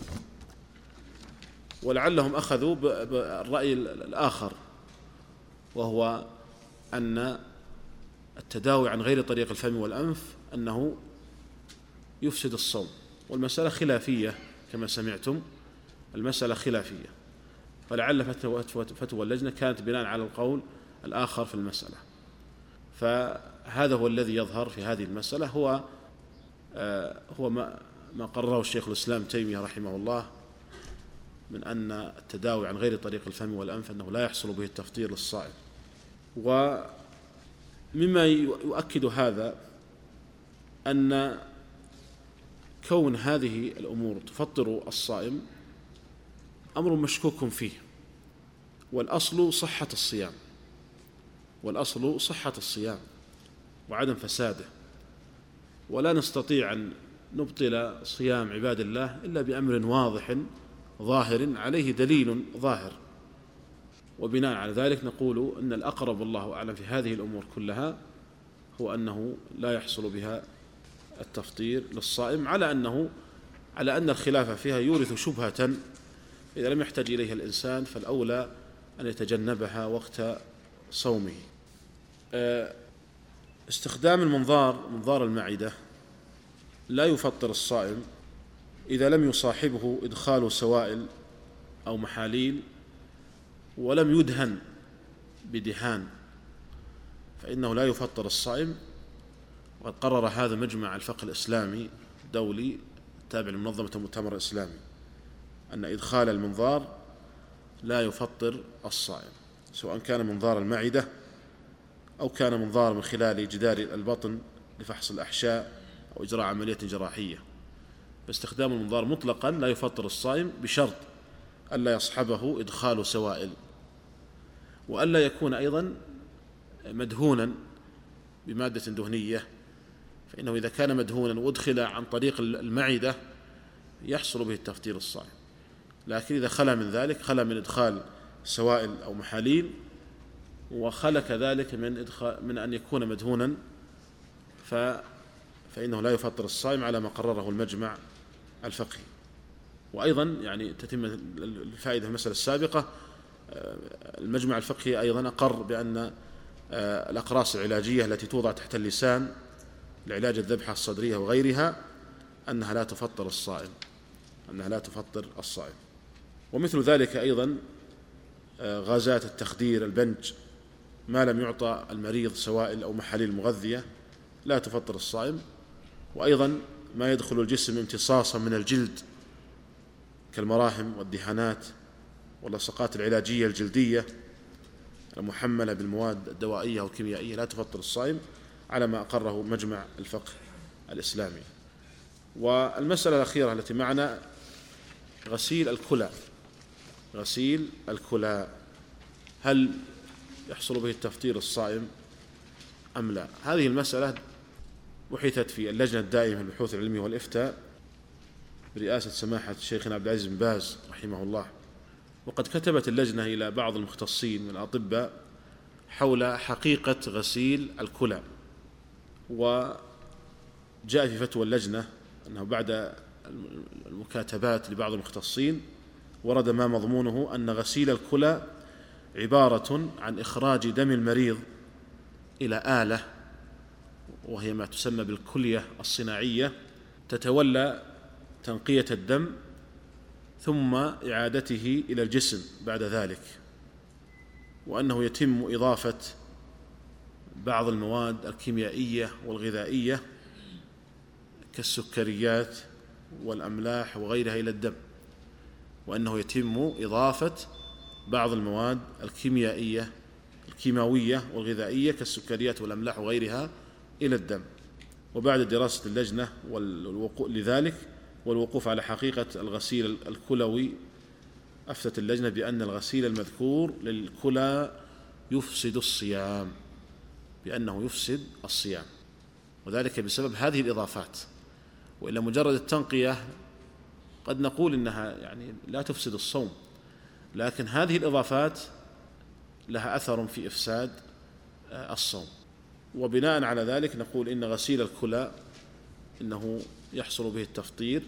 [SPEAKER 1] ولعلهم أخذوا بالرأي الآخر، وهو أن التداوي عن غير طريق الفم والأنف أنه يفسد الصوم. والمسألة خلافية كما سمعتم، المسألة خلافية، فلعل فتوى اللجنة كانت بناء على القول الآخر في المسألة. فهذا هو الذي يظهر في هذه المسألة، هو ما قرره الشيخ الإسلام تيمية رحمه الله من أن التداوي عن غير طريق الفم والأنف أنه لا يحصل به التفطير للصائم. ومما يؤكد هذا أن كون هذه الأمور تفطر الصائم أمر مشكوك فيه، والأصل صحة الصيام وعدم فساده، ولا نستطيع أن نبطل صيام عباد الله إلا بأمر واضح ظاهر عليه دليل ظاهر. وبناء على ذلك نقول أن الأقرب والله أعلم في هذه الأمور كلها هو أنه لا يحصل بها التفطير للصائم، على أن الخلاف فيها يورث شبهة إذا لم يحتج إليها الإنسان فالأولى أن يتجنبها وقت صومه. استخدام منظار المعدة لا يفطر الصائم إذا لم يصاحبه إدخال سوائل أو محاليل ولم يدهن بدهان، فإنه لا يفطر الصائم. وقد قرر هذا مجمع الفقه الإسلامي الدولي التابع لمنظمة المؤتمر الإسلامي أن إدخال المنظار لا يفطر الصائم، سواء كان منظار المعدة أو كان منظار من خلال جدار البطن لفحص الأحشاء أو إجراء عملية جراحية. فاستخدام المنظار مطلقا لا يفطر الصائم بشرط ألا يصحبه إدخال سوائل، وألا يكون أيضا مدهونا بمادة دهنية، فإنه إذا كان مدهونا وأدخل عن طريق المعدة يحصل به التفطير الصائم. لكن إذا خلا من ذلك، خلا من إدخال سوائل أو محاليل، وخلا كذلك من أن يكون مدهونا، فإنه لا يفطر الصائم على ما قرره المجمع الفقهي. وأيضا يعني تتم الفائدة في المسألة السابقة، المجمع الفقهي أيضا أقر بأن الأقراص العلاجية التي توضع تحت اللسان لعلاج الذبحة الصدرية وغيرها أنها لا تفطر الصائم. ومثل ذلك أيضا غازات التخدير، البنج، ما لم يعطى المريض سوائل أو محاليل مغذية لا تفطر الصائم. وأيضا ما يدخل الجسم امتصاصا من الجلد كالمراهم والدهانات واللصقات العلاجية الجلدية المحملة بالمواد الدوائية والكيميائية لا تفطر الصائم على ما أقره مجمع الفقه الإسلامي. والمسألة الأخيرة التي معنا غسيل الكلى، هل يحصل به التفطير الصائم أم لا؟ هذه المسألة بحثت في اللجنة الدائمة للبحوث العلمية والإفتاء برئاسة سماحة شيخنا عبد العزيز بن باز رحمه الله. وقد كتبت اللجنة إلى بعض المختصين من الأطباء حول حقيقة غسيل الكلى، وجاء في فتوى اللجنة أنه بعد المكاتبات لبعض المختصين ورد ما مضمونه أن غسيل الكلى عبارة عن إخراج دم المريض إلى آلة، وهي ما تسمى بالكلية الصناعية، تتولى تنقية الدم ثم إعادته إلى الجسم بعد ذلك، وأنه يتم إضافة بعض المواد الكيميائية والغذائية كالسكريات والأملاح وغيرها إلى الدم، وأنه يتم إضافة بعض المواد الكيماوية والغذائية كالسكريات والأملاح وغيرها إلى الدم. وبعد دراسة اللجنة لذلك والوقوف على حقيقة الغسيل الكلوي، أفتت اللجنة بأن الغسيل المذكور للكلى يفسد الصيام، وذلك بسبب هذه الإضافات. وإلا مجرد التنقية قد نقول إنها يعني لا تفسد الصوم، لكن هذه الإضافات لها أثر في إفساد الصوم. وبناء على ذلك نقول إن غسيل الكلى إنه يحصل به التفطير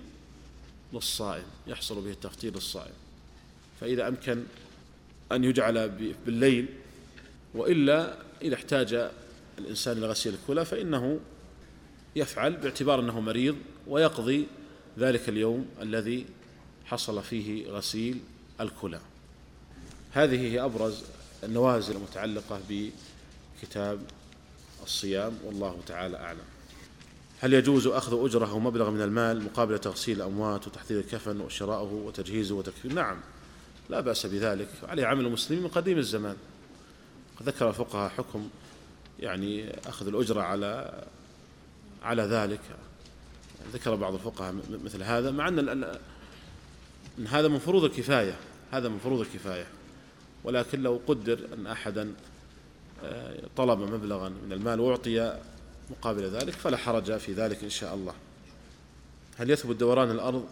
[SPEAKER 1] للصائم، فإذا أمكن أن يجعل بالليل، وإلا إذا احتاج الإنسان إلى غسيل الكلى فإنه يفعل باعتبار أنه مريض ويقضي ذلك اليوم الذي حصل فيه غسيل الكلى. هذه هي أبرز النوازل المتعلقة بكتاب الصيام، والله تعالى أعلم. هل يجوز أخذ أجرة أو مبلغ من المال مقابل تغسيل الأموات وتحضير الكفن وشراؤه وتجهيزه وتكفينه؟ نعم، لا بأس بذلك، عليه عمل المسلمين من قديم الزمان. ذكر الفقهاء حكم يعني أخذ الأجرة على ذلك، ذكر بعض الفقهاء مثل هذا، مع أن هذا من فروض الكفاية، ولكن لو قدر أن أحدا طلب مبلغا من المال وأعطي مقابل ذلك فلا حرج في ذلك إن شاء الله. هل يثبت دوران الأرض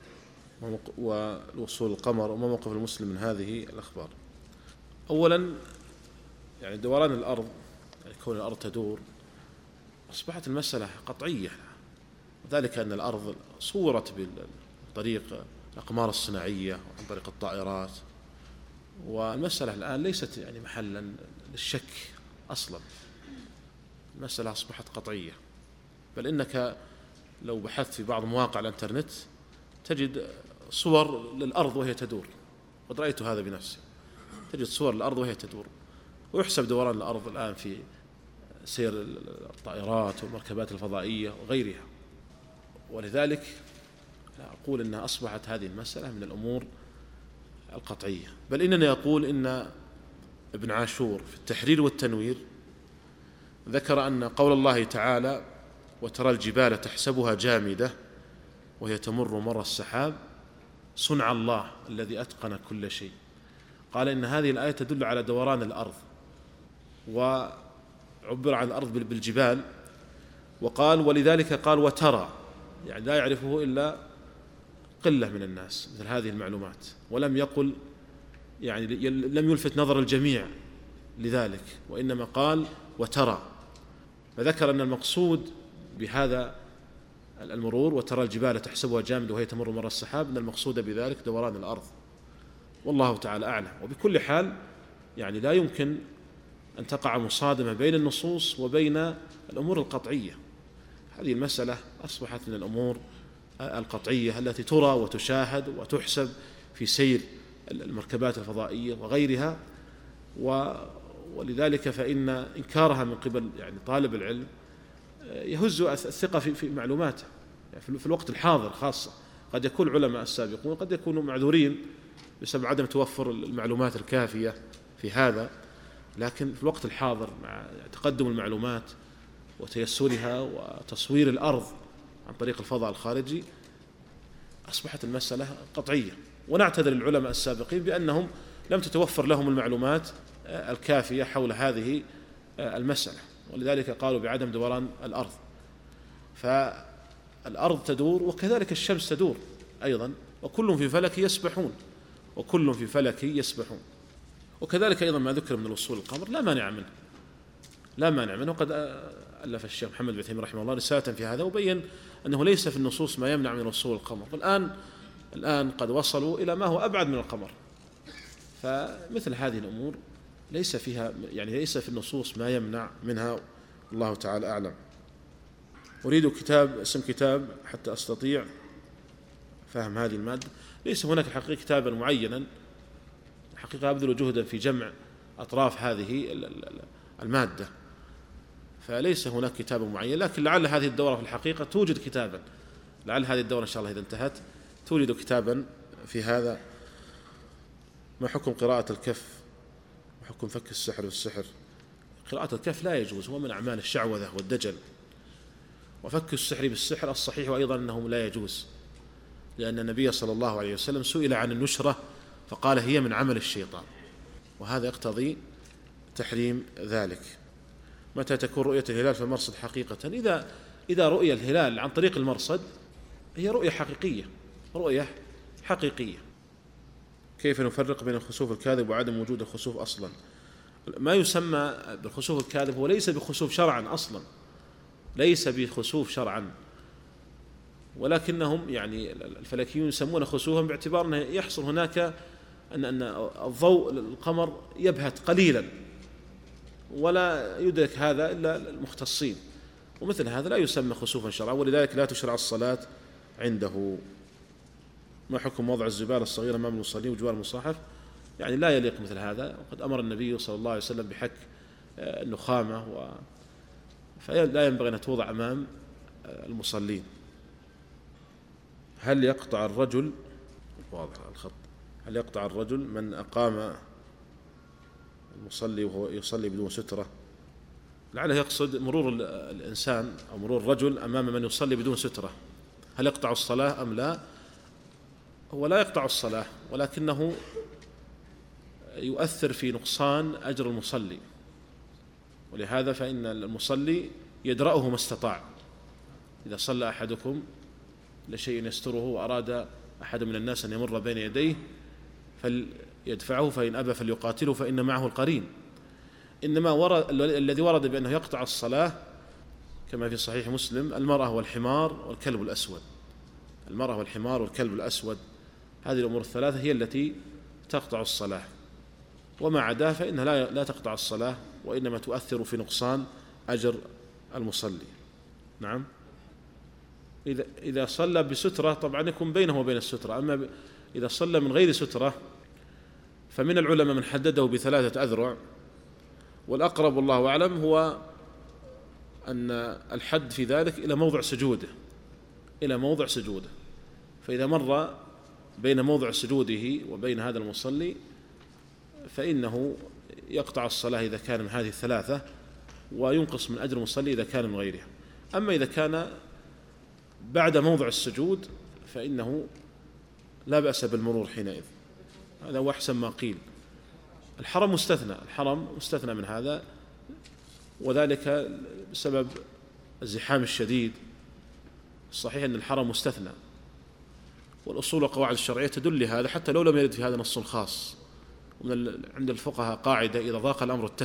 [SPEAKER 1] ووصول القمر، وما موقف المسلم من هذه الأخبار؟ أولا يعني دوران الأرض، يعني كون الأرض تدور، أصبحت المسألة قطعية، وذلك أن الأرض صورت بطريق الأقمار الصناعية وعن طريق الطائرات، والمسألة الآن ليست يعني محلا للشك أصلا، المسألة أصبحت قطعية. بل إنك لو بحثت في بعض مواقع الانترنت تجد صور للأرض وهي تدور، قد رأيت هذا بنفسي، تجد صور الأرض وهي تدور، ويحسب دوران الأرض الآن في سير الطائرات والمركبات الفضائية وغيرها. ولذلك أقول أنها أصبحت هذه المسألة من الأمور القطعية، بل إنني أقول إن ابن عاشور في التحرير والتنوير ذكر أن قول الله تعالى وترى الجبال تحسبها جامدة وهي تمر مر السحاب صنع الله الذي أتقن كل شيء، قال إن هذه الآية تدل على دوران الأرض، وعبر عن الأرض بالجبال، وقال ولذلك قال وترى، يعني لا يعرفه إلا قلة من الناس مثل هذه المعلومات، ولم يقل يعني لم يلفت نظر الجميع لذلك، وإنما قال وترى، فذكر أن المقصود بهذا المرور وترى الجبال تحسبها جامدة وهي تمر مر السحاب أن المقصود بذلك دوران الأرض، والله تعالى أعلم. وبكل حال يعني لا يمكن أن تقع مصادمة بين النصوص وبين الأمور القطعية، هذه المسألة أصبحت من الأمور القطعية التي ترى وتشاهد وتحسب في سير المركبات الفضائية وغيرها، ولذلك فإن إنكارها من قبل يعني طالب العلم يهز الثقة في معلوماته، يعني في الوقت الحاضر خاصة. قد يكون العلماء السابقون قد يكونوا معذورين بسبب عدم توفر المعلومات الكافية في هذا، لكن في الوقت الحاضر مع تقدم المعلومات وتيسرها وتصوير الأرض عن طريق الفضاء الخارجي أصبحت المسألة قطعية. ونعتذر العلماء السابقين بأنهم لم تتوفر لهم المعلومات الكافية حول هذه المسألة، ولذلك قالوا بعدم دوران الأرض. فالأرض تدور وكذلك الشمس تدور أيضا، وكل في فلك يسبحون، وكل في فلك يسبحون. وكذلك أيضا ما ذكر من الوصول القمر لا مانع منه. وقد ألف الشيخ محمد بن عثيمين رحمه الله رسالة في هذا وبين أنه ليس في النصوص ما يمنع من وصول القمر، والآن قد وصلوا إلى ما هو أبعد من القمر. فمثل هذه الأمور ليس في النصوص ما يمنع منها، الله تعالى أعلم. أريد اسم كتاب حتى أستطيع فهم هذه المادة. ليس هناك حقيقة كتابا معينا، حقيقة أبذل جهدا في جمع أطراف هذه المادة، فليس هناك كتاب معين، لكن لعل هذه الدورة في الحقيقة توجد كتابا، لعل هذه الدورة إن شاء الله إذا انتهت توجد كتابا في هذا. ما حكم قراءة الكف وحكم فك السحر والسحر؟ قراءة الكف لا يجوز، هو من أعمال الشعوذة والدجل. وفك السحر بالسحر الصحيح أيضا أنه لا يجوز، لأن النبي صلى الله عليه وسلم سئل عن النشرة فقال هي من عمل الشيطان، وهذا يقتضي تحريم ذلك. متى تكون رؤية الهلال في المرصد حقيقة؟ إذا رؤية الهلال عن طريق المرصد هي رؤية حقيقية. كيف نفرق بين الخسوف الكاذب وعدم وجود الخسوف أصلا؟ ما يسمى بالخسوف الكاذب هو ليس بخسوف شرعا أصلا، ليس بخسوف شرعا، ولكنهم يعني الفلكيون يسمون خسوفا باعتبار أنه يحصل هناك أن الضوء القمر يبهت قليلا ولا يدرك هذا إلا المختصين، ومثل هذا لا يسمى خسوفا شرعا، ولذلك لا تشرع الصلاة عنده. ما حكم وضع الزبالة الصغيرة أمام المصلين وجوار المصاحف؟ يعني لا يليق مثل هذا، وقد أمر النبي صلى الله عليه وسلم بحك النخامة، فلا ينبغي أن توضع أمام المصلين. هل يقطع الرجل، واضح الخط، هل يقطع الرجل من أقام المصلي وهو يصلي بدون سترة؟ لعله يقصد مرور الإنسان أو مرور الرجل أمام من يصلي بدون سترة، هل يقطع الصلاة أم لا؟ هو لا يقطع الصلاة، ولكنه يؤثر في نقصان أجر المصلي، ولهذا فإن المصلي يدرأه ما استطاع. إذا صلى أحدكم لشيء يستره وأراد أحد من الناس أن يمر بين يديه فليدفعه، فإن أبى فليقاتله فإن معه القرين. إنما الذي ورد بأنه يقطع الصلاة كما في صحيح مسلم المرأة والحمار والكلب الأسود، المرأة والحمار والكلب الأسود، هذه الأمور الثلاثة هي التي تقطع الصلاة، وما عداه فإنها لا تقطع الصلاة، وإنما تؤثر في نقصان أجر المصلي. نعم. إذا صلى بسترة طبعا يكون بينه وبين السترة. أما إذا صلى من غير سترة فمن العلماء من حدده ب3 أذرع، والأقرب والله أعلم هو أن الحد في ذلك إلى موضع سجوده، فإذا مر بين موضع سجوده وبين هذا المصلي فإنه يقطع الصلاة إذا كان من هذه ال3، وينقص من أجر المصلي إذا كان من غيرها. أما إذا كان بعد موضع السجود فإنه لا بأس بالمرور حينئذ، هذا هو أحسن ما قيل. الحرم مستثنى من هذا، وذلك بسبب الزحام الشديد. الصحيح أن الحرم مستثنى، والأصول والقواعد الشرعية تدل لهذا حتى لو لم يرد في هذا نص خاص. عند الفقهاء قاعدة: إذا ضاق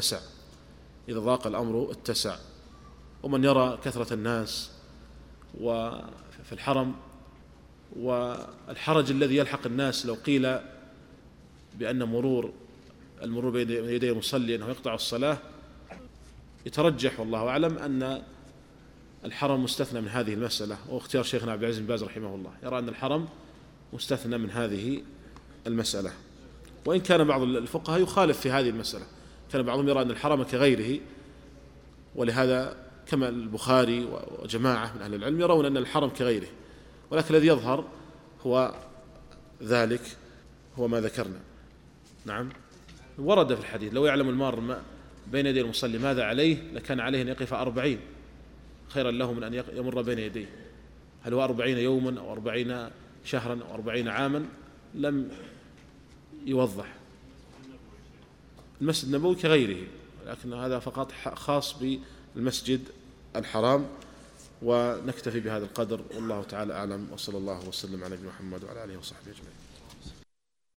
[SPEAKER 1] الأمر اتسع. ومن يرى كثرة الناس وفي الحرم والحرج الذي يلحق الناس لو قيل بأن المرور بين يدي المصلي أنه يقطع الصلاة، يترجح والله أعلم أن الحرم مستثنى من هذه المسألة. واختيار شيخنا عبد العزيز بن باز رحمه الله يرى أن الحرم مستثنى من هذه المسألة، وإن كان بعض الفقهاء يخالف في هذه المسألة. كان بعضهم يرى أن الحرم كغيره، ولهذا كما البخاري وجماعة من أهل العلم يرون أن الحرم كغيره، ولكن الذي يظهر هو ذلك، هو ما ذكرنا. نعم، ورد في الحديث: لو يعلم المار بين يدي المصلي ماذا عليه لكان عليه أن يقف 40 خيرا له من أن يمر بين يديه. هل هو 40 يوما أو 40 شهرا أو 40 عاما؟ لم يوضح. المسجد النبوي كغيره، لكن هذا فقط خاص بالمسجد الحرام. ونكتفي بهذا القدر، والله تعالى أعلم، وصلى الله وسلم على نبينا محمد وعلى آله وصحبه أجمعين.